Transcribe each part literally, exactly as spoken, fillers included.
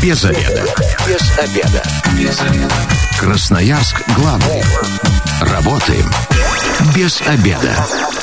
Без обеда. Без обеда. Без обеда. Красноярск главный. Работаем без обеда.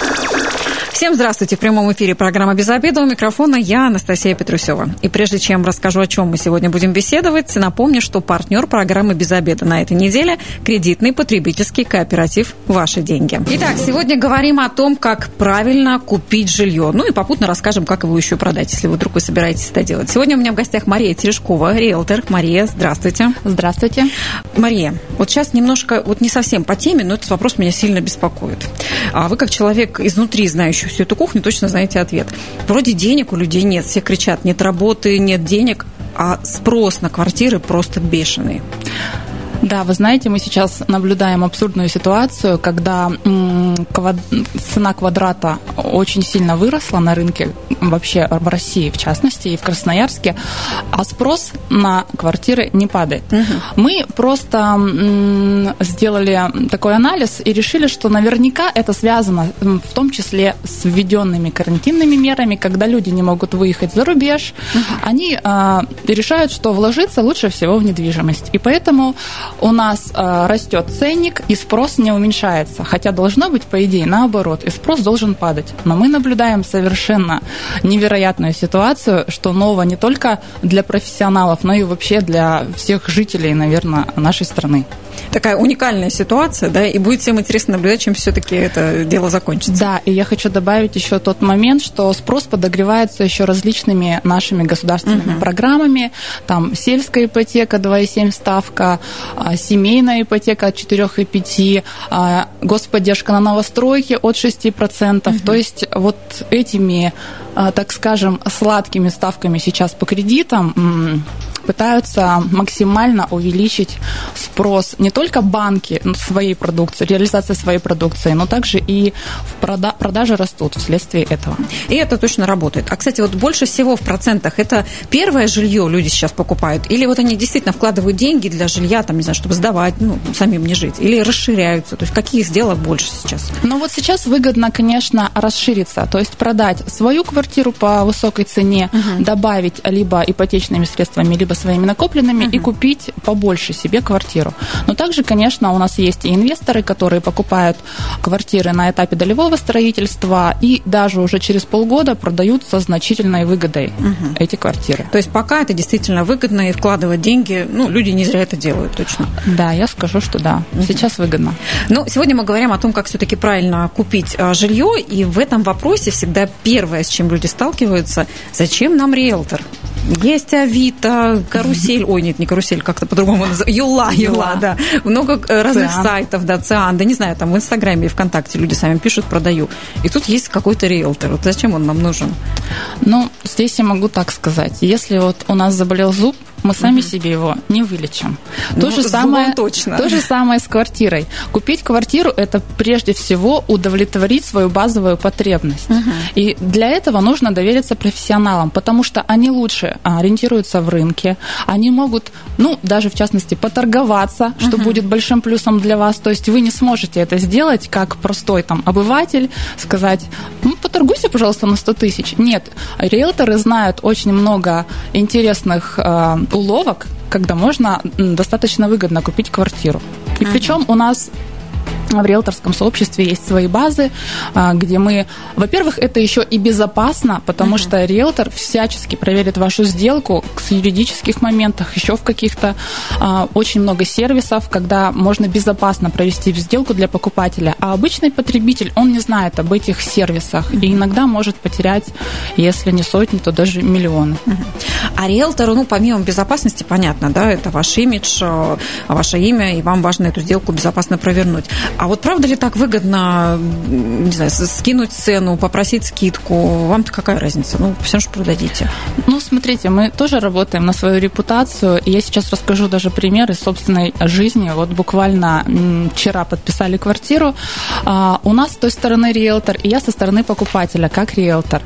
Всем здравствуйте. В прямом эфире программа «Без обеда». У микрофона я, Анастасия Петрусева. И прежде чем расскажу, о чем мы сегодня будем беседовать, напомню, что партнер программы «Без обеда» на этой неделе – кредитный потребительский кооператив «Ваши деньги». Итак, сегодня говорим о том, как правильно купить жилье. Ну и попутно расскажем, как его еще продать, если вы вдруг вы собираетесь это делать. Сегодня у меня в гостях Мария Терешкова, риэлтор. Мария, здравствуйте. Здравствуйте. Мария, вот сейчас немножко, вот не совсем по теме, но этот вопрос меня сильно беспокоит. А вы, как человек изнутри знающий всю эту кухню, точно знаете ответ. Вроде денег у людей нет, все кричат, нет работы, нет денег, а спрос на квартиры просто бешеный. Да, вы знаете, мы сейчас наблюдаем абсурдную ситуацию, когда м, квад... цена квадрата очень сильно выросла на рынке, вообще в России в частности, и в Красноярске, а спрос на квартиры не падает. Угу. Мы просто м, сделали такой анализ и решили, что наверняка это связано в том числе с введенными карантинными мерами, когда люди не могут выехать за рубеж, угу. они а, решают, что вложиться лучше всего в недвижимость. И поэтому у нас э, растет ценник, и спрос не уменьшается. Хотя должно быть, по идее, наоборот, и спрос должен падать. Но мы наблюдаем совершенно невероятную ситуацию, что ново не только для профессионалов, но и вообще для всех жителей, наверное, нашей страны. Такая уникальная ситуация, да, и будет всем интересно наблюдать, чем все-таки это дело закончится. Да, и я хочу добавить еще тот момент, что спрос подогревается еще различными нашими государственными uh-huh. программами. Там сельская ипотека два и семь ставка, семейная ипотека от четыре и пять, господдержка на новостройки от шесть процентов. Uh-huh. То есть вот этими, так скажем, сладкими ставками сейчас по кредитам пытаются максимально увеличить спрос не только банки своей продукции, реализация своей продукции, но также и в прода- продажи растут вследствие этого. И это точно работает. А, кстати, вот больше всего в процентах это первое жилье люди сейчас покупают? Или вот они действительно вкладывают деньги для жилья, там, не знаю, чтобы сдавать, ну, самим не жить? Или расширяются? То есть каких сделок больше сейчас? Ну, вот сейчас выгодно, конечно, расшириться, то есть продать свою квартиру по высокой цене, uh-huh. добавить либо ипотечными средствами, либо своими накопленными uh-huh. и купить побольше себе квартиру. Но также, конечно, у нас есть и инвесторы, которые покупают квартиры на этапе долевого строительства и даже уже через полгода продают со значительной выгодой uh-huh. эти квартиры. То есть пока это действительно выгодно и вкладывать деньги, ну, люди не зря это делают, точно. Да, я скажу, что да, uh-huh. сейчас выгодно. Ну, сегодня мы говорим о том, как все-таки правильно купить жилье, и в этом вопросе всегда первое, с чем люди сталкиваются, зачем нам риэлтор? Есть Авито, карусель, ой, нет, не карусель, как-то по-другому называется, Юла, Юла, да, много разных Циан. сайтов, да, Циан, да, не знаю, там в Инстаграме и ВКонтакте люди сами пишут, продаю, и тут есть какой-то риэлтор, вот зачем он нам нужен? Ну, здесь я могу так сказать, если вот у нас заболел зуб, мы сами mm-hmm. себе его не вылечим. Ну, то, же самое, точно. то же самое с квартирой. Купить квартиру – это прежде всего удовлетворить свою базовую потребность. Mm-hmm. И для этого нужно довериться профессионалам, потому что они лучше ориентируются в рынке, они могут, ну, даже в частности, поторговаться, что mm-hmm. будет большим плюсом для вас. То есть вы не сможете это сделать как простой там обыватель, сказать, ну, поторгуйся, пожалуйста, на сто тысяч. Нет, риэлторы знают очень много интересных э, уловок, когда можно достаточно выгодно купить квартиру. И ага. причем у нас в риэлторском сообществе есть свои базы, где мы, во-первых, это еще и безопасно, потому uh-huh. что риэлтор всячески проверит вашу сделку с юридических моментах, еще в каких-то очень много сервисов, когда можно безопасно провести сделку для покупателя. А обычный потребитель, он не знает об этих сервисах uh-huh. и иногда может потерять, если не сотни, то даже миллионы. Uh-huh. А риэлтору, ну, помимо безопасности, понятно, да, это ваш имидж, ваше имя, и вам важно эту сделку безопасно провернуть. А вот правда ли так выгодно, не знаю, скинуть цену, попросить скидку? Вам-то какая разница? Ну, все равно продадите. Ну, смотрите, мы тоже работаем на свою репутацию. И я сейчас расскажу даже пример из собственной жизни. Вот буквально вчера подписали квартиру. У нас с той стороны риэлтор, и я со стороны покупателя, как риэлтор.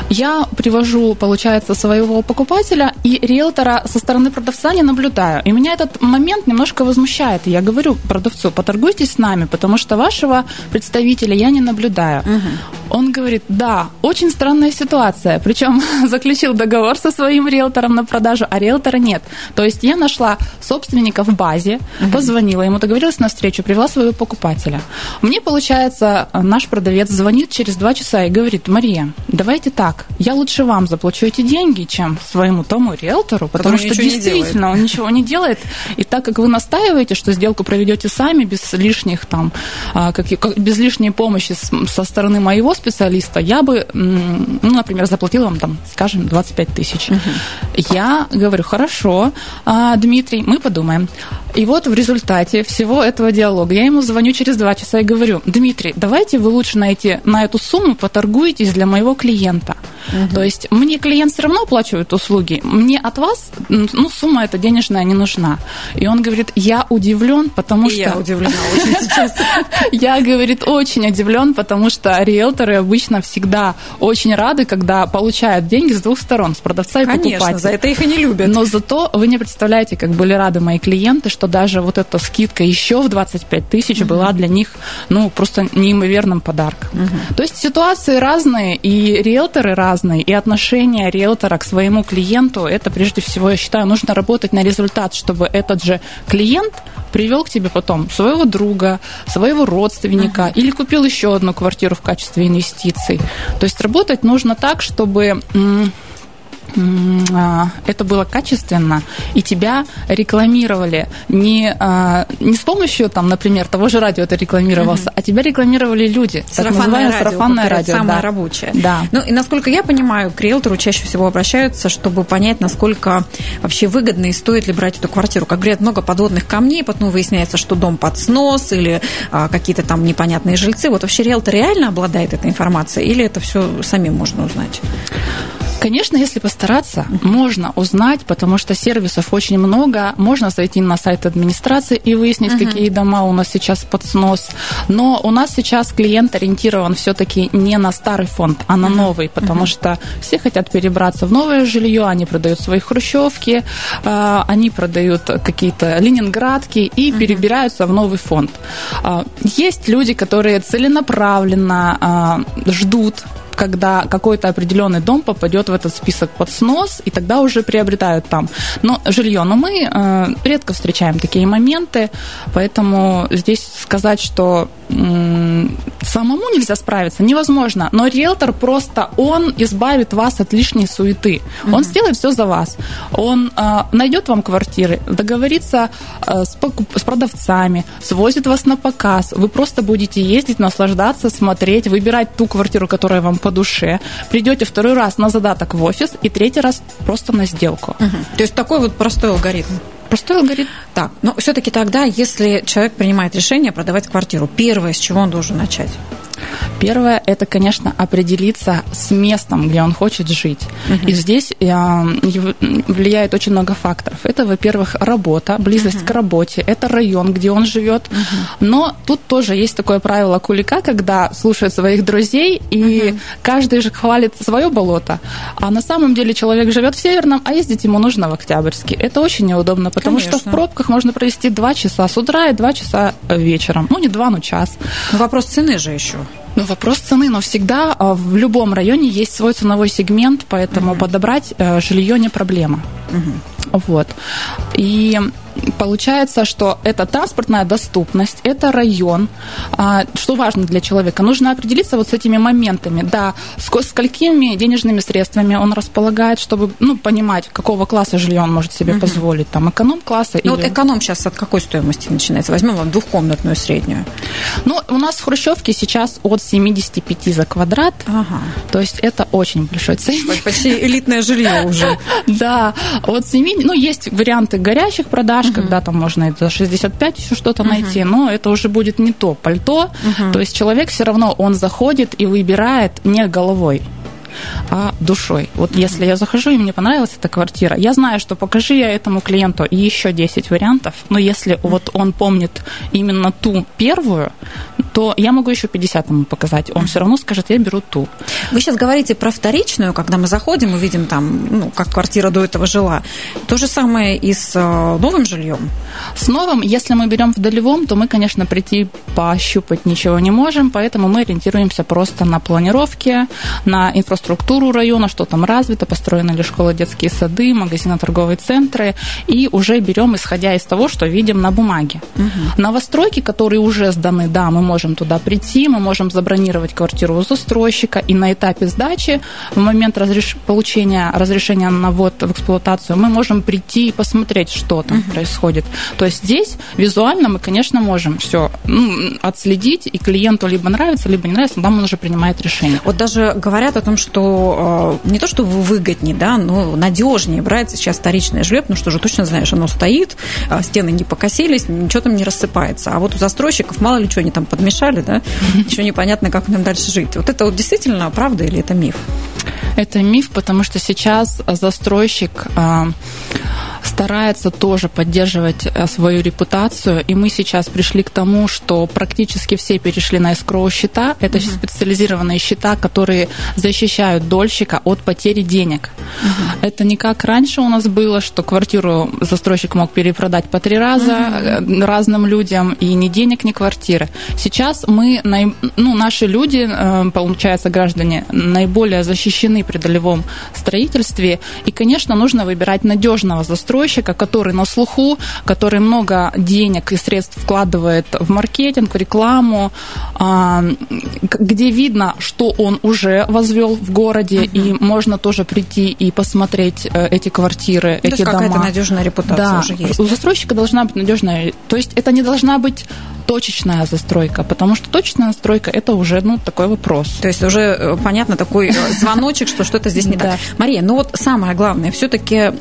Я привожу, получается, своего покупателя, и риэлтора со стороны продавца не наблюдаю. И меня этот момент немножко возмущает. И я говорю продавцу, поторгуйтесь с нами, потому что вашего представителя я не наблюдаю. Угу. Он говорит, да, очень странная ситуация, причем заключил договор со своим риэлтором на продажу, а риэлтора нет. То есть я нашла собственника в базе, угу. позвонила ему, договорилась на встречу, привела своего покупателя. Мне, получается, наш продавец звонит через два часа и говорит, Мария, давайте так, я лучше вам заплачу эти деньги, чем своему тому риэлтору, потому Который что действительно он ничего не делает. И так как вы настаиваете, что сделку проведете сами, без лишних там, как, без лишней помощи со стороны моего специалиста, я бы, ну, например, заплатила вам, там, скажем, двадцать пять тысяч. Uh-huh. Я говорю, хорошо, Дмитрий, мы подумаем. И вот в результате всего этого диалога я ему звоню через два часа и говорю, Дмитрий, давайте вы лучше на, эти, на эту сумму поторгуетесь для моего клиента. Uh-huh. То есть мне клиент все равно оплачивает услуги, мне от вас, ну, сумма эта денежная не нужна. И он говорит, я удивлен, потому и что... я удивлена очень сейчас. Я, говорит, очень удивлен, потому что риэлторы обычно всегда очень рады, когда получают деньги с двух сторон, с продавца и покупателя. Конечно, за это их и не любят. Но зато вы не представляете, как были рады мои клиенты, что даже вот эта скидка еще в двадцать пять тысяч uh-huh. была для них, ну, просто неимоверным подарком. Uh-huh. То есть ситуации разные, и риэлторы разные, и отношение риэлтора к своему клиенту, это прежде всего, я считаю, нужно работать на результат, чтобы этот же клиент привел к тебе потом своего друга, своего родственника uh-huh. или купил еще одну квартиру в качестве инвестиций. То есть работать нужно так, чтобы это было качественно, и тебя рекламировали не, не с помощью, там, например, того же радио ты рекламировался, uh-huh. а тебя рекламировали люди. Сарафанное радио, сарафанное радио, самое да. рабочее. Да. Ну, и насколько я понимаю, к риэлтору чаще всего обращаются, чтобы понять, насколько вообще выгодно и стоит ли брать эту квартиру. Как говорят, много подводных камней, потом выясняется, что дом под снос или а, какие-то там непонятные жильцы. Вот вообще риэлтор реально обладает этой информацией или это все самим можно узнать? Конечно, если постараться, можно узнать, потому что сервисов очень много. Можно зайти на сайт администрации и выяснить, uh-huh. какие дома у нас сейчас под снос. Но у нас сейчас клиент ориентирован все-таки не на старый фонд, а на uh-huh. новый, потому uh-huh. что все хотят перебраться в новое жилье, они продают свои хрущевки, они продают какие-то ленинградки и uh-huh. перебираются в новый фонд. Есть люди, которые целенаправленно ждут, когда какой-то определенный дом попадет в этот список под снос, и тогда уже приобретают там но, жилье. Но мы э, редко встречаем такие моменты, поэтому здесь сказать, что э, самому нельзя справиться, невозможно. Но риэлтор просто, он избавит вас от лишней суеты. Mm-hmm. Он сделает все за вас. Он э, найдет вам квартиры, договорится э, с, покуп- с продавцами, свозит вас на показ. Вы просто будете ездить, наслаждаться, смотреть, выбирать ту квартиру, которая вам по душе, придете второй раз на задаток в офис и третий раз просто на сделку. Угу. То есть такой вот простой алгоритм. Простой алгоритм. Так, но все-таки тогда, если человек принимает решение продавать квартиру, первое, с чего он должен начать? Первое, это, конечно, определиться с местом, где он хочет жить. Uh-huh. И здесь влияет очень много факторов. Это, во-первых, работа, близость uh-huh. к работе, это район, где он живет. Uh-huh. Но тут тоже есть такое правило Кулика, когда слушают своих друзей, и uh-huh. каждый же хвалит свое болото. А на самом деле человек живет в Северном, а ездить ему нужно в Октябрьский. Это очень неудобно, потому Конечно. Что в пробках можно провести два часа с утра и два часа вечером. Ну, не два, но час. Но вопрос цены же еще. Ну, вопрос цены, но всегда в любом районе есть свой ценовой сегмент, поэтому uh-huh. подобрать жилье не проблема. Uh-huh. Вот. И получается, что это транспортная доступность, это район. Что важно для человека? Нужно определиться вот с этими моментами. Да, с сколькими денежными средствами он располагает, чтобы, ну, понимать, какого класса жилья он может себе uh-huh. позволить. Там эконом-класса ну, или... вот эконом сейчас от какой стоимости начинается? Возьмем вам двухкомнатную среднюю. Ну, у нас в хрущевке сейчас от семьдесят пять за квадрат. Ага. То есть это очень большой ценник. Почти элитное жилье уже. Да, от семьдесят, ну, есть варианты горячих продаж, uh-huh. когда там можно и за шестьдесят пять еще что-то uh-huh. найти, но это уже будет не то пальто. Uh-huh. То есть человек все равно, он заходит и выбирает не головой, а душой. Вот mm-hmm. если я захожу, и мне понравилась эта квартира, я знаю, что покажи я этому клиенту еще десять вариантов, но если mm-hmm. вот он помнит именно ту первую, то я могу еще пятьдесят ему показать. Он все равно скажет, я беру ту. Вы сейчас говорите про вторичную, когда мы заходим и видим там, ну, как квартира до этого жила. То же самое и с новым жильем? С новым, если мы берем в долевом, то мы, конечно, прийти пощупать ничего не можем, поэтому мы ориентируемся просто на планировки, на инфраструктуру района, что там развито, построены ли школы, детские сады, магазины, торговые центры, и уже берем, исходя из того, что видим на бумаге. Угу. Новостройки, которые уже сданы, да, мы можем туда прийти, мы можем забронировать квартиру у застройщика, и на этапе сдачи, в момент разреш... получения разрешения на ввод в эксплуатацию, мы можем прийти и посмотреть, что там угу. происходит. То есть здесь визуально мы, конечно, можем все ну, отследить, и клиенту либо нравится, либо не нравится, там он уже принимает решение. Вот даже говорят о том, что не то, что выгоднее, да, но надежнее брать сейчас вторичное жилье, потому что уже точно знаешь, оно стоит, стены не покосились, ничего там не рассыпается. А вот у застройщиков мало ли что они там подмешали, да, еще непонятно, как нам дальше жить. Вот это вот действительно правда или это миф? Это миф, потому что сейчас застройщик старается тоже поддерживать свою репутацию, и мы сейчас пришли к тому, что практически все перешли на эскроу-счета. Это uh-huh. специализированные счета, которые защищают дольщика от потери денег. Uh-huh. Это не как раньше у нас было, что квартиру застройщик мог перепродать по три раза uh-huh. разным людям, и ни денег, ни квартиры. Сейчас мы, ну, наши люди, получается, граждане, наиболее защищены при долевом строительстве, и, конечно, нужно выбирать надежного застройщика, который на слуху, который много денег и средств вкладывает в маркетинг, в рекламу, где видно, что он уже возвел в городе, uh-huh. и можно тоже прийти и посмотреть эти квартиры, то эти дома. То есть какая-то надежная репутация да, уже есть. У застройщика должна быть надежная, то есть это не должна быть точечная застройка, потому что точечная застройка – это уже, ну, такой вопрос. То есть уже понятно такой звоночек, что что-то здесь не так. Мария, ну вот самое главное, все-таки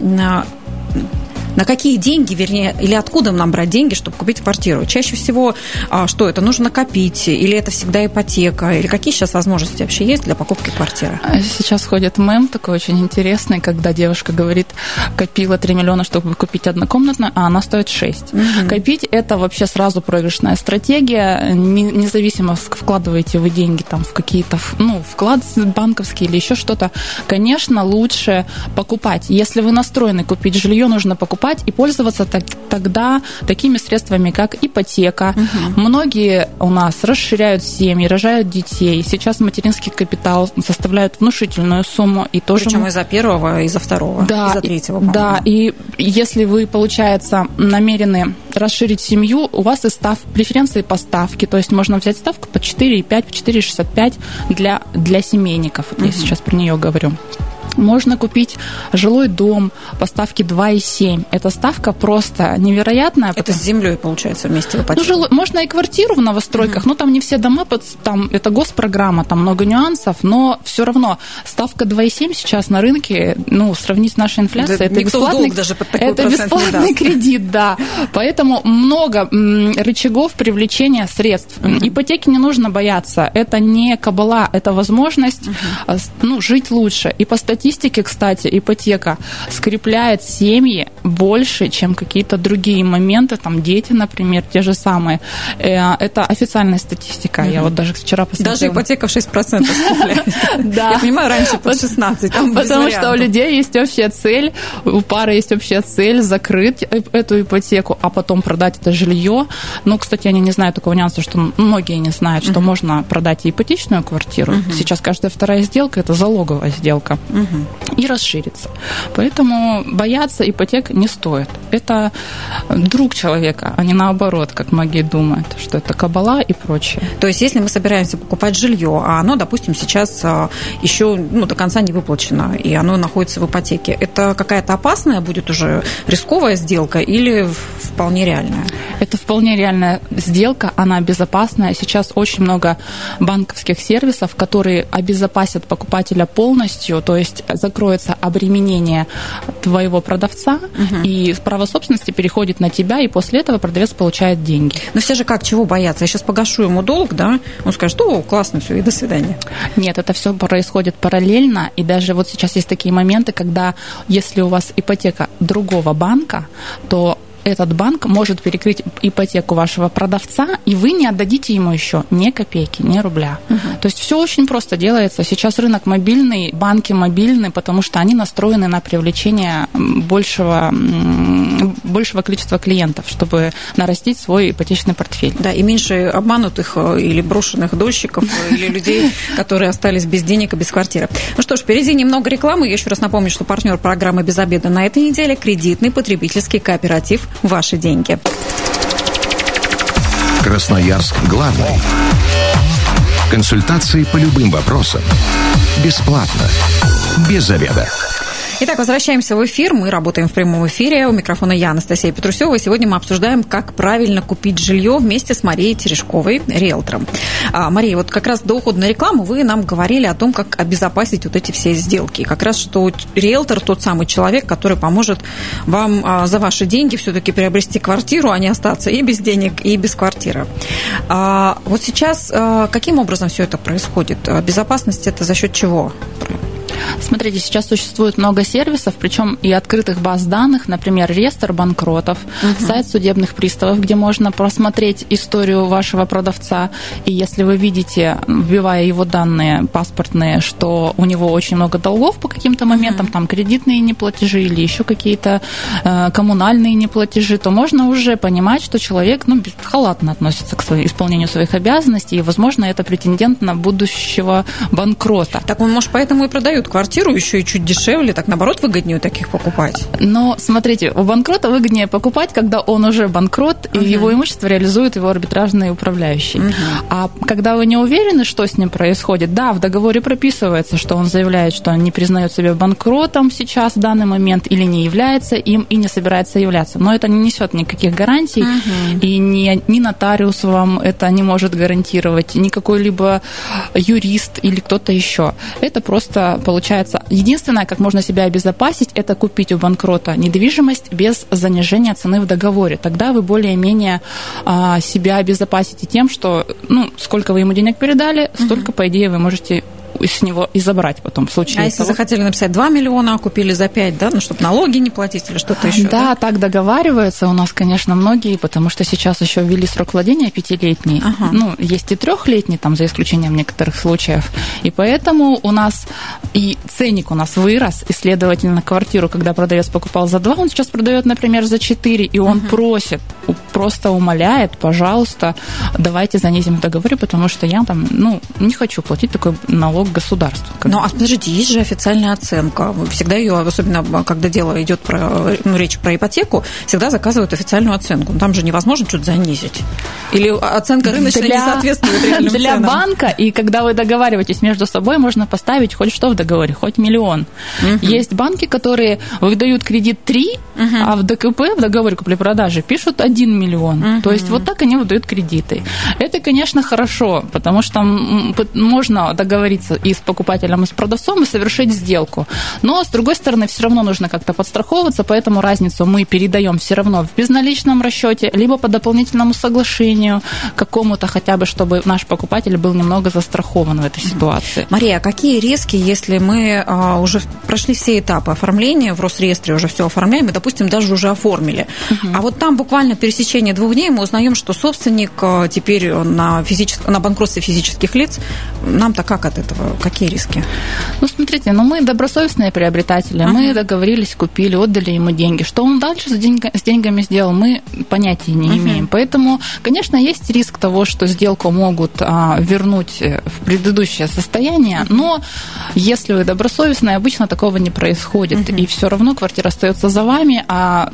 на какие деньги, вернее, или откуда нам брать деньги, чтобы купить квартиру? Чаще всего, что это, нужно копить, или это всегда ипотека, или какие сейчас возможности вообще есть для покупки квартиры? Сейчас ходит мем такой очень интересный, когда девушка говорит, копила три миллиона, чтобы купить однокомнатную, а она стоит шесть. Угу. Копить – это вообще сразу проигрышная стратегия, независимо, вкладываете вы деньги там в какие-то, ну, вклад банковский или еще что-то, конечно, лучше покупать. Если вы настроены купить жилье, нужно покупать и пользоваться так, тогда такими средствами, как ипотека. Угу. Многие у нас расширяют семьи, рожают детей. Сейчас материнский капитал составляет внушительную сумму. И тоже... Причем и за первого, и за второго, да, и за третьего. И, да, и если вы, получается, намерены расширить семью, у вас и став, преференции по ставке, то есть можно взять ставку по четыре и пять, по четыре шестьдесят пять для, для семейников. Вот угу. Я сейчас про нее говорю. Можно купить жилой дом по ставке два и семь. Эта ставка просто невероятная. Это потому... с землей, получается, вместе в ипотеке. Ну, жилой... Можно и квартиру в новостройках, uh-huh. но там не все дома, там, это госпрограмма, там много нюансов, но все равно ставка два и семь сейчас на рынке, ну, сравнить с нашей инфляцией, да, это бесплатный, даже под такой это бесплатный кредит, да. Поэтому много рычагов привлечения средств. Uh-huh. Ипотеки не нужно бояться. Это не кабала, это возможность uh-huh. ну, жить лучше. И по статистике, кстати, ипотека скрепляет семьи больше, чем какие-то другие моменты, там дети, например, те же самые. Это официальная статистика. Mm-hmm. Я вот даже вчера посмотрела. Даже ипотека в шесть процентов скрепляет. Да. Я понимаю, раньше под шестнадцать процентов. Потому что у людей есть общая цель, у пары есть общая цель закрыть эту ипотеку, а потом продать это жилье. Ну, кстати, они не знают такого нюанса, что многие не знают, что можно продать и ипотечную квартиру. Сейчас каждая вторая сделка – это залоговая сделка. И расшириться. Поэтому бояться ипотек не стоит. Это друг человека, а не наоборот, как многие думают, что это кабала и прочее. То есть, если мы собираемся покупать жилье, а оно, допустим, сейчас еще ну, до конца не выплачено, и оно находится в ипотеке, это какая-то опасная будет уже рисковая сделка или вполне реальная? Это вполне реальная сделка, она безопасная. Сейчас очень много банковских сервисов, которые обезопасят покупателя полностью, то есть закроется обременение твоего продавца, угу. и право собственности переходит на тебя, и после этого продавец получает деньги. Но все же как, чего бояться? Я сейчас погашу ему долг, да? Он скажет, о, классно, все, и до свидания. Нет, это все происходит параллельно, и даже вот сейчас есть такие моменты, когда если у вас ипотека другого банка, то этот банк может перекрыть ипотеку вашего продавца, и вы не отдадите ему еще ни копейки, ни рубля. Угу. То есть все очень просто делается. Сейчас рынок мобильный, банки мобильные, потому что они настроены на привлечение большего, большего количества клиентов, чтобы нарастить свой ипотечный портфель. Да, и меньше обманутых или брошенных дольщиков, или людей, которые остались без денег и без квартиры. Ну что ж, впереди немного рекламы. Я еще раз напомню, что партнер программы «Без обеда» на этой неделе – кредитный потребительский кооператив «Ваши деньги». Красноярск главный. Консультации по любым вопросам. Бесплатно. Без заведа. Итак, возвращаемся в эфир. Мы работаем в прямом эфире. У микрофона я, Анастасия Петрусева. Сегодня мы обсуждаем, как правильно купить жилье вместе с Марией Терешковой, риэлтором. А, Мария, вот как раз до ухода на рекламу вы нам говорили о том, как обезопасить вот эти все сделки. Как раз, что риэлтор тот самый человек, который поможет вам а, за ваши деньги все-таки приобрести квартиру, а не остаться и без денег, и без квартиры. А, вот сейчас а, каким образом все это происходит? Безопасность это за счет чего? Смотрите, сейчас существует много сервисов, причем и открытых баз данных, например, реестр банкротов, угу. сайт судебных приставов, где можно просмотреть историю вашего продавца. И если вы видите, вбивая его данные паспортные, что у него очень много долгов по каким-то моментам, угу. там кредитные неплатежи или еще какие-то э, коммунальные неплатежи, то можно уже понимать, что человек ну, халатно относится к своему, исполнению своих обязанностей, и, возможно, это претендент на будущего банкрота. Так он, может, поэтому и продает квартиру еще и чуть дешевле, так наоборот выгоднее у таких покупать. Но смотрите, у банкрота выгоднее покупать, когда он уже банкрот, uh-huh. и его имущество реализует его арбитражные управляющие. Uh-huh. А когда вы не уверены, что с ним происходит, да, в договоре прописывается, что он заявляет, что он не признает себя банкротом сейчас в данный момент или не является им и не собирается являться. Но это не несет никаких гарантий, uh-huh. и ни, ни нотариус вам это не может гарантировать, ни какой-либо юрист или кто-то еще. Это просто получается, единственное, как можно себя обезопасить, это купить у банкрота недвижимость без занижения цены в договоре. Тогда вы более-менее а, себя обезопасите тем, что ну, сколько вы ему денег передали, столько, по идее, вы можете с него и забрать потом в случае А если того... захотели написать два миллиона, а купили за пять, да, ну, чтобы налоги не платить или что-то еще? Да, да, так договариваются у нас, конечно, многие, потому что сейчас еще ввели срок владения пятилетний. Ага. Ну, есть и трехлетний, там, за исключением некоторых случаев. И поэтому у нас и ценник у нас вырос, и, следовательно, квартиру, когда продавец покупал за два, он сейчас продает, например, за четыре, и он ага. просит, просто умоляет, пожалуйста, давайте занизим в договоре, потому что я там, ну, не хочу платить такой налог государству. Ну, а подождите, есть же официальная оценка. Всегда ее, особенно когда дело идет про, ну, речь про ипотеку, всегда заказывают официальную оценку. Там же невозможно что-то занизить. Или оценка рыночная для, не соответствует реальным для ценам. Для банка, и когда вы договариваетесь между собой, можно поставить хоть что в договоре, хоть миллион. Угу. Есть банки, которые выдают кредит три, угу. а в ДКП, в договоре купли-продажи, пишут один миллион. Угу. То есть вот так они выдают кредиты. Это, конечно, хорошо, потому что можно договориться и с покупателем, и с продавцом, и совершить сделку. Но, с другой стороны, все равно нужно как-то подстраховываться, поэтому разницу мы передаем все равно в безналичном расчете, либо по дополнительному соглашению какому-то хотя бы, чтобы наш покупатель был немного застрахован в этой ситуации. Мария, а какие риски, если мы а, уже прошли все этапы оформления, в Росреестре уже все оформляем, и, допустим, даже уже оформили, угу. а вот там буквально пересечение двух дней мы узнаем, что собственник теперь на, физическ... на банкротстве физических лиц, нам-то как от этого? Какие риски? Ну, смотрите, ну мы добросовестные приобретатели, uh-huh. мы договорились, купили, отдали ему деньги. Что он дальше с, деньг... с деньгами сделал, мы понятия не uh-huh. имеем. Поэтому, конечно, есть риск того, что сделку могут а, вернуть в предыдущее состояние, uh-huh. но если вы добросовестные, обычно такого не происходит. Uh-huh. И все равно квартира остается за вами, а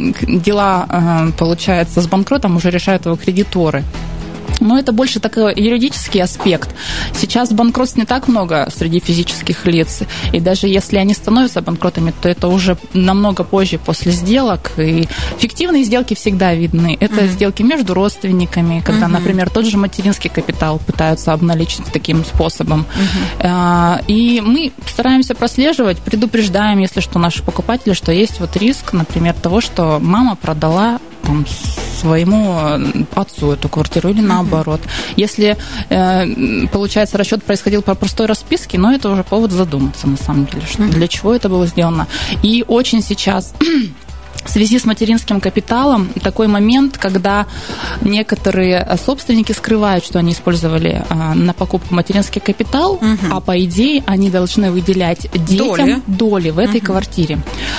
дела, получается, с банкротом уже решают его кредиторы. Но это больше такой юридический аспект. Сейчас банкротств не так много среди физических лиц. И даже если они становятся банкротами, то это уже намного позже после сделок. И фиктивные сделки всегда видны. Это mm-hmm. сделки между родственниками, когда, mm-hmm. например, тот же материнский капитал пытаются обналичить таким способом. Mm-hmm. И мы стараемся прослеживать, предупреждаем, если что, наши покупатели, что есть вот риск, например, того, что мама продала там, своему отцу эту квартиру или наоборот. Uh-huh. Если, э, получается, расчет происходил по простой расписке, но это уже повод задуматься, на самом деле, что, uh-huh. для чего это было сделано. И очень сейчас в связи с материнским капиталом такой момент, когда некоторые собственники скрывают, что они использовали на покупку материнский капитал, угу. а по идее они должны выделять детям доли, доли в этой угу. квартире.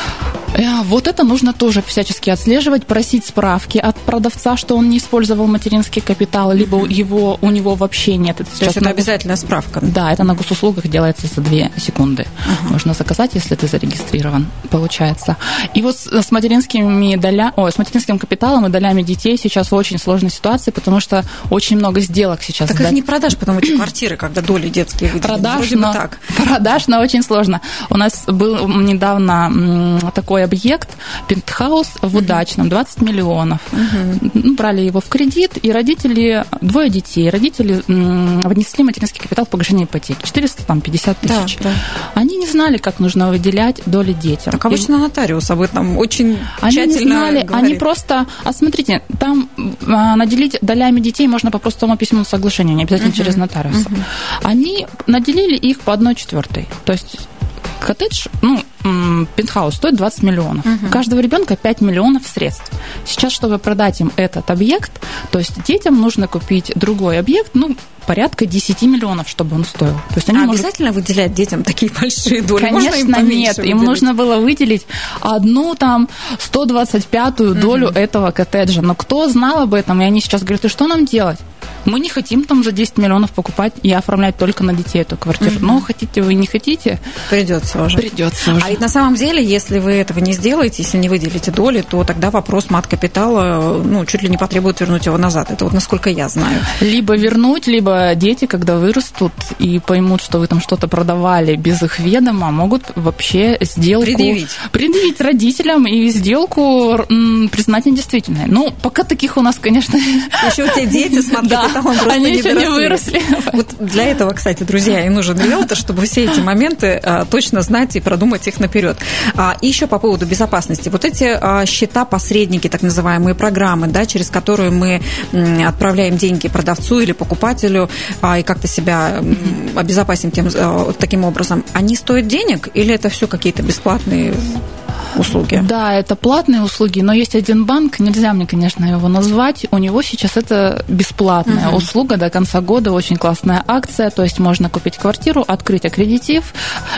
Вот это нужно тоже всячески отслеживать, просить справки от продавца, что он не использовал материнский капитал, либо mm-hmm. его, у него вообще нет. Это То есть это на... обязательная справка? Да, это на госуслугах делается за две секунды. Uh-huh. Можно заказать, если ты зарегистрирован, получается. И вот с, с, материнскими доля... Ой, с материнским капиталом и долями детей сейчас в очень сложной ситуации, потому что очень много сделок сейчас. Так их не продашь потом эти квартиры, когда доли детские выделены. Продашь, но... так. Продашь, но очень сложно. У нас был недавно такой объект, пентхаус в Удачном, двадцать миллионов. Uh-huh. Брали его в кредит, и родители, двое детей, родители внесли материнский капитал в погашение ипотеки, четыреста пятьдесят тысяч. Да, да. Они не знали, как нужно выделять доли детям. Так обычно и... нотариус об этом очень они тщательно не знали, говорит. Они просто, а смотрите, там а, наделить долями детей можно по простому письменному соглашению, не обязательно uh-huh. через нотариуса. Uh-huh. Они наделили их по одной четвертой, то есть коттедж, ну, пентхаус стоит двадцать миллионов. Uh-huh. У каждого ребенка пять миллионов средств. Сейчас, чтобы продать им этот объект, то есть детям нужно купить другой объект, ну, порядка десять миллионов, чтобы он стоил. То есть они а могут... обязательно выделять детям такие большие доли? Конечно, им нет. Выделить? Им нужно было выделить одну там сто двадцать пятую uh-huh. долю этого коттеджа. Но кто знал об этом? И они сейчас говорят, и что нам делать? Мы не хотим там за десять миллионов покупать и оформлять только на детей эту квартиру. Uh-huh. Но хотите вы, не хотите... Придется уже. Придется уже. А ведь на самом деле, если вы этого не сделаете, если не выделите доли, то тогда вопрос мат-капитала, ну, чуть ли не потребует вернуть его назад. Это вот насколько я знаю. Либо вернуть, либо дети, когда вырастут и поймут, что вы там что-то продавали без их ведома, могут вообще сделку... Предъявить. Предъявить родителям и сделку м, признать недействительной. Ну, пока таких у нас, конечно... Еще у тебя дети с мат-капиталом просто они не еще не выросли. Вот для этого, кстати, друзья, и нужен риэлтор, чтобы все эти моменты а, точно знать и продумать их наперед. А, и еще по поводу безопасности. Вот эти а, счета-посредники, так называемые программы, да, через которые мы м, отправляем деньги продавцу или покупателю а, и как-то себя м, обезопасим тем, а, таким образом, они стоят денег или это все какие-то бесплатные услуги? Да, это платные услуги, но есть один банк, нельзя мне, конечно, его назвать, у него сейчас это бесплатная угу. услуга до конца года, очень классная акция, то есть можно купить квартиру, открыть аккредитив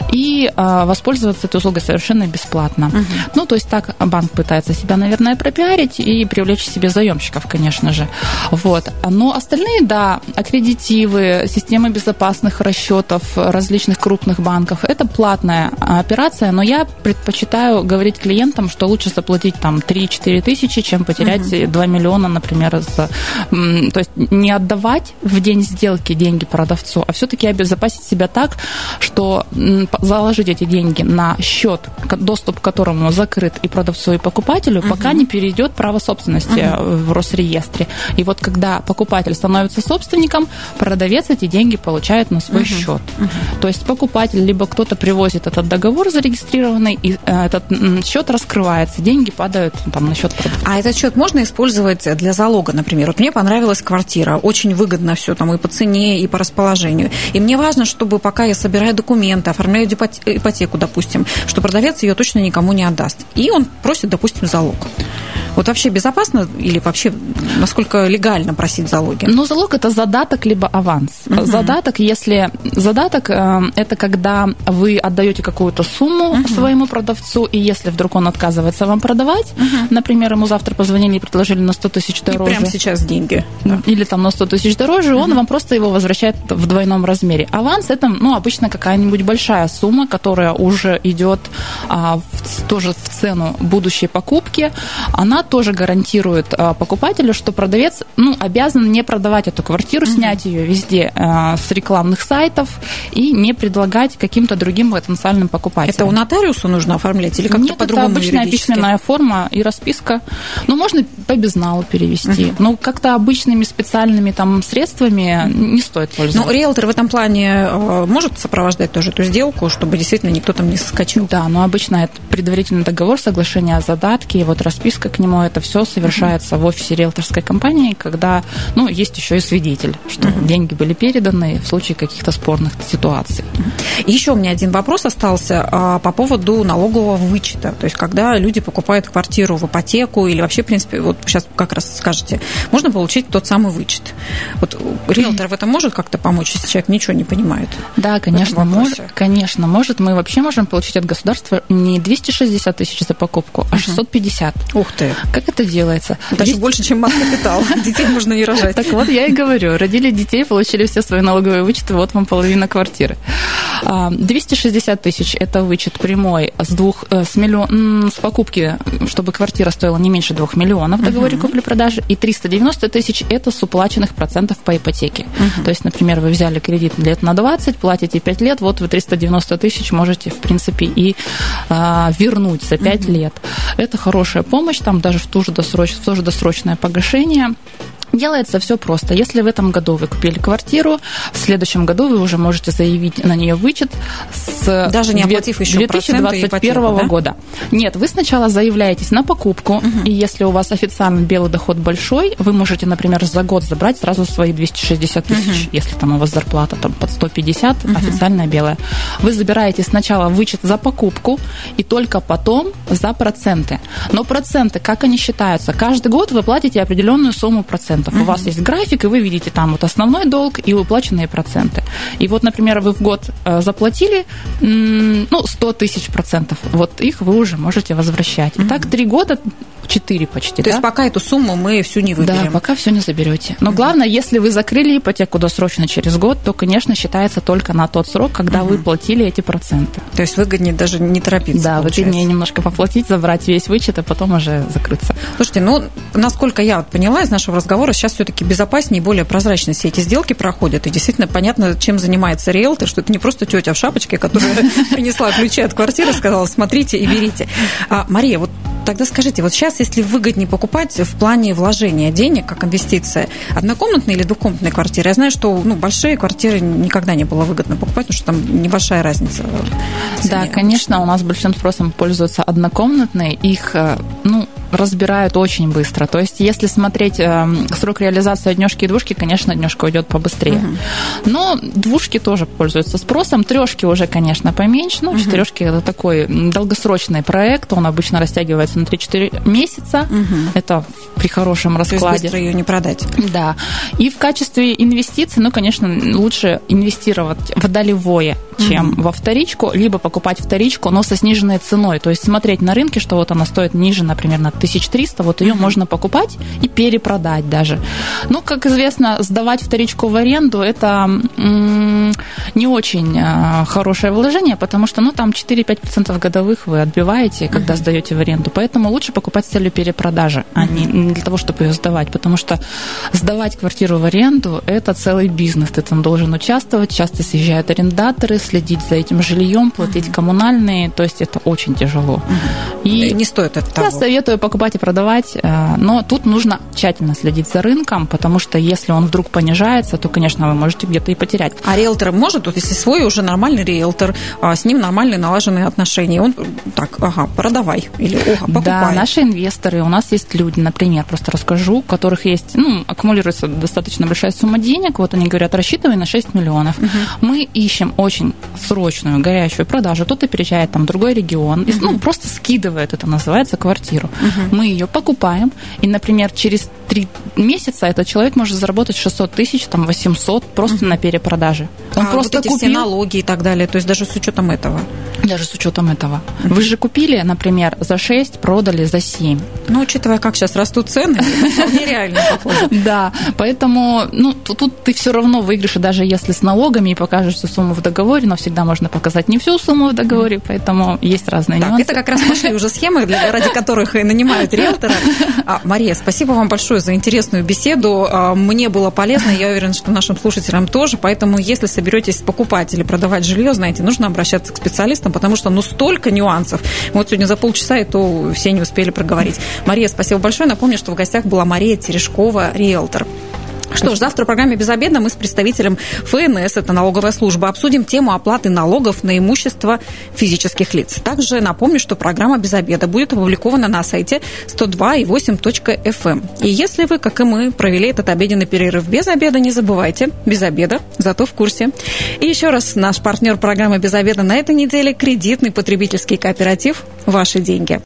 и а, воспользоваться этой услугой совершенно бесплатно. Угу. Ну, то есть так банк пытается себя, наверное, пропиарить и привлечь себе заемщиков, конечно же. Вот. Но остальные, да, аккредитивы, системы безопасных расчетов различных крупных банков, это платная операция, но я предпочитаю говорить говорить клиентам, что лучше заплатить там три-четыре тысячи, чем потерять uh-huh. два миллиона, например. За... То есть не отдавать в день сделки деньги продавцу, а все-таки обезопасить себя так, что заложить эти деньги на счет, доступ к которому закрыт и продавцу, и покупателю, uh-huh. пока не перейдет право собственности uh-huh. в Росреестре. И вот когда покупатель становится собственником, продавец эти деньги получает на свой uh-huh. счет. Uh-huh. То есть покупатель, либо кто-то привозит этот договор зарегистрированный, и этот счет раскрывается, деньги падают там на счет продавца. А этот счет можно использовать для залога, например? Вот мне понравилась квартира, очень выгодно все там и по цене, и по расположению. И мне важно, чтобы пока я собираю документы, оформляю ипотеку, допустим, что продавец ее точно никому не отдаст. И он просит, допустим, залог. Вот вообще безопасно или вообще насколько легально просить залоги? Ну, залог – это задаток либо аванс. Uh-huh. Задаток, если… Задаток э, – это когда вы отдаете какую-то сумму uh-huh. своему продавцу, и если вдруг он отказывается вам продавать, uh-huh. например, ему завтра позвонили и предложили на сто тысяч дороже. И прямо сейчас деньги. Или там на сто тысяч дороже, uh-huh. он вам просто его возвращает в двойном размере. Аванс – это, ну, обычно какая-нибудь большая сумма, которая уже идет а, в, тоже в цену будущей покупки. Она тоже гарантирует а, покупателю, что продавец, ну, обязан не продавать эту квартиру, uh-huh. снять ее везде а, с рекламных сайтов и не предлагать каким-то другим потенциальным покупателям. Это у нотариуса нужно оформлять или как-то Нет, по-другому это обычная письменная форма и расписка. Ну, можно по безналу перевести. Uh-huh. Но как-то обычными специальными там средствами не стоит пользоваться. Ну, риэлтор в этом плане может сопровождать тоже эту сделку, чтобы действительно никто там не соскочил? Да, но обычно это предварительный договор, соглашение о задатке, и вот расписка к нему, это все совершается uh-huh. в офисе риэлторской компании, когда, ну, есть еще и свидетель, что uh-huh. деньги были переданы в случае каких-то спорных ситуаций. Uh-huh. Еще у меня один вопрос остался а, по поводу налогового вычета. То есть, когда люди покупают квартиру в ипотеку или вообще, в принципе, вот сейчас как раз скажете, можно получить тот самый вычет. Вот риэлтор в этом может как-то помочь, если человек ничего не понимает? Да, конечно, может. Конечно, может. Мы вообще можем получить от государства не двести шестьдесят тысяч за покупку, а шестьсот пятьдесят. Ух ты. Как это делается? Даже двести... больше, чем мат-капитал. Детей можно не рожать. Так вот, я и говорю. Родили детей, получили все свои налоговые вычеты, вот вам половина квартиры. двести шестьдесят тысяч – это вычет прямой с, двух, с, миллион, с покупки, чтобы квартира стоила не меньше двух миллионов в договоре uh-huh. купли-продажи, и триста девяносто тысяч – это с уплаченных процентов по ипотеке. Uh-huh. То есть, например, вы взяли кредит лет на двадцать, платите пять лет, вот вы триста девяносто тысяч можете, в принципе, и а, вернуть за пять uh-huh. лет. Это хорошая помощь, там даже в ту же досроч... в то же досрочное погашение. Делается все просто. Если в этом году вы купили квартиру, в следующем году вы уже можете заявить на нее вычет с даже не оплатив еще две тысячи двадцать первого ипотеку, да? года. Нет, вы сначала заявляетесь на покупку, угу. и если у вас официально белый доход большой, вы можете, например, за год забрать сразу свои двести шестьдесят тысяч, угу. если там у вас зарплата там, под сто пятьдесят, угу. официальная белая. Вы забираете сначала вычет за покупку, и только потом за проценты. Но проценты, как они считаются? Каждый год вы платите определенную сумму процентов. Uh-huh. У вас есть график, и вы видите там вот основной долг и выплаченные проценты. И вот, например, вы в год заплатили ну, сто тысяч процентов. Вот их вы уже можете возвращать. Uh-huh. И так три года, четыре почти. То да? есть пока эту сумму мы всю не выберем. Да, пока все не заберете. Но uh-huh. главное, если вы закрыли ипотеку досрочно через год, то, конечно, считается только на тот срок, когда uh-huh. вы платили эти проценты. То есть выгоднее даже не торопиться. Да, получается. выгоднее немножко поплатить, забрать весь вычет, а потом уже закрыться. Слушайте, ну, насколько я вот поняла из нашего разговора, сейчас все-таки безопаснее и более прозрачно все эти сделки проходят. И действительно понятно, чем занимается риэлтор, что это не просто тетя в шапочке, которая принесла ключи от квартиры, сказала, смотрите и берите. А, Мария, вот тогда скажите, вот сейчас, если выгоднее покупать в плане вложения денег, как инвестиция, однокомнатные или двухкомнатные квартиры? Я знаю, что ну, большие квартиры никогда не было выгодно покупать, потому что там небольшая разница. Да, конечно, у нас большим спросом пользуются однокомнатные. Их, ну, разбирают очень быстро. То есть, если смотреть э, срок реализации однёшки и двушки, конечно, однёшка уйдет побыстрее. Uh-huh. Но двушки тоже пользуются спросом. Трёшки уже, конечно, поменьше. Но uh-huh. четырёшки это такой долгосрочный проект. Он обычно растягивается на три-четыре месяца. Uh-huh. Это при хорошем раскладе. То есть быстро ее не продать. Да. И в качестве инвестиций, ну, конечно, лучше инвестировать в долевое, чем uh-huh. во вторичку, либо покупать вторичку, но со сниженной ценой. То есть смотреть на рынке, что вот она стоит ниже, например, на тысяча триста, вот ее uh-huh. можно покупать и перепродать даже. Ну, как известно, сдавать вторичку в аренду – это м- не очень а, хорошее вложение, потому что, ну, там четыре-пять процентов годовых вы отбиваете, когда uh-huh. сдаете в аренду. Поэтому лучше покупать с целью перепродажи, uh-huh. а не для того, чтобы ее сдавать, потому что сдавать квартиру в аренду – это целый бизнес. Ты там должен участвовать, часто съезжают арендаторы, следить за этим жильем, платить uh-huh. коммунальные, то есть это очень тяжело. Uh-huh. И не стоит это того. Я советую покупать и продавать, но тут нужно тщательно следить за рынком, потому что если он вдруг понижается, то, конечно, вы можете где-то и потерять. А риэлтор может, вот если свой уже нормальный риэлтор, с ним нормальные налаженные отношения, он так, ага, продавай или ага, покупай. Да, наши инвесторы, у нас есть люди, например, просто расскажу, у которых есть, ну, аккумулируется достаточно большая сумма денег, вот они говорят, рассчитывай на шесть миллионов. Угу. Мы ищем очень срочную, горячую продажу, кто-то переезжает там в другой регион, угу. и, ну, просто скидывает, это называется, квартиру. Угу. Мы ее покупаем, и, например, через три месяца этот человек может заработать шестьсот тысяч, там, восемьсот просто uh-huh. на перепродаже. Он а просто вот эти купил... все налоги и так далее, то есть даже с учетом этого? Даже с учетом этого. Uh-huh. Вы же купили, например, за шесть, продали за семь. Ну, учитывая, как сейчас растут цены, это нереально похоже. Да, поэтому, ну, тут ты все равно выиграешь, даже если с налогами и покажешь всю сумму в договоре, но всегда можно показать не всю сумму в договоре, поэтому есть разные нюансы. Это как раз пошли уже схемы, ради которых и нанимают риэлтора. А, Мария, спасибо вам большое за интересную беседу. Мне было полезно, я уверена, что нашим слушателям тоже. Поэтому, если соберетесь покупать или продавать жилье, знаете, нужно обращаться к специалистам, потому что ну столько нюансов. Вот сегодня за полчаса и то все не успели проговорить. Мария, спасибо большое. Напомню, что в гостях была Мария Терешкова, риэлтор. Что ж, завтра в программе «Без обеда» мы с представителем ФНС, это налоговая служба, обсудим тему оплаты налогов на имущество физических лиц. Также напомню, что программа «Без обеда» будет опубликована на сайте сто два и восемь точка эф эм. И если вы, как и мы, провели этот обеденный перерыв без обеда, не забывайте, без обеда, зато в курсе. И еще раз, наш партнер программы «Без обеда» на этой неделе – кредитный потребительский кооператив «Ваши деньги».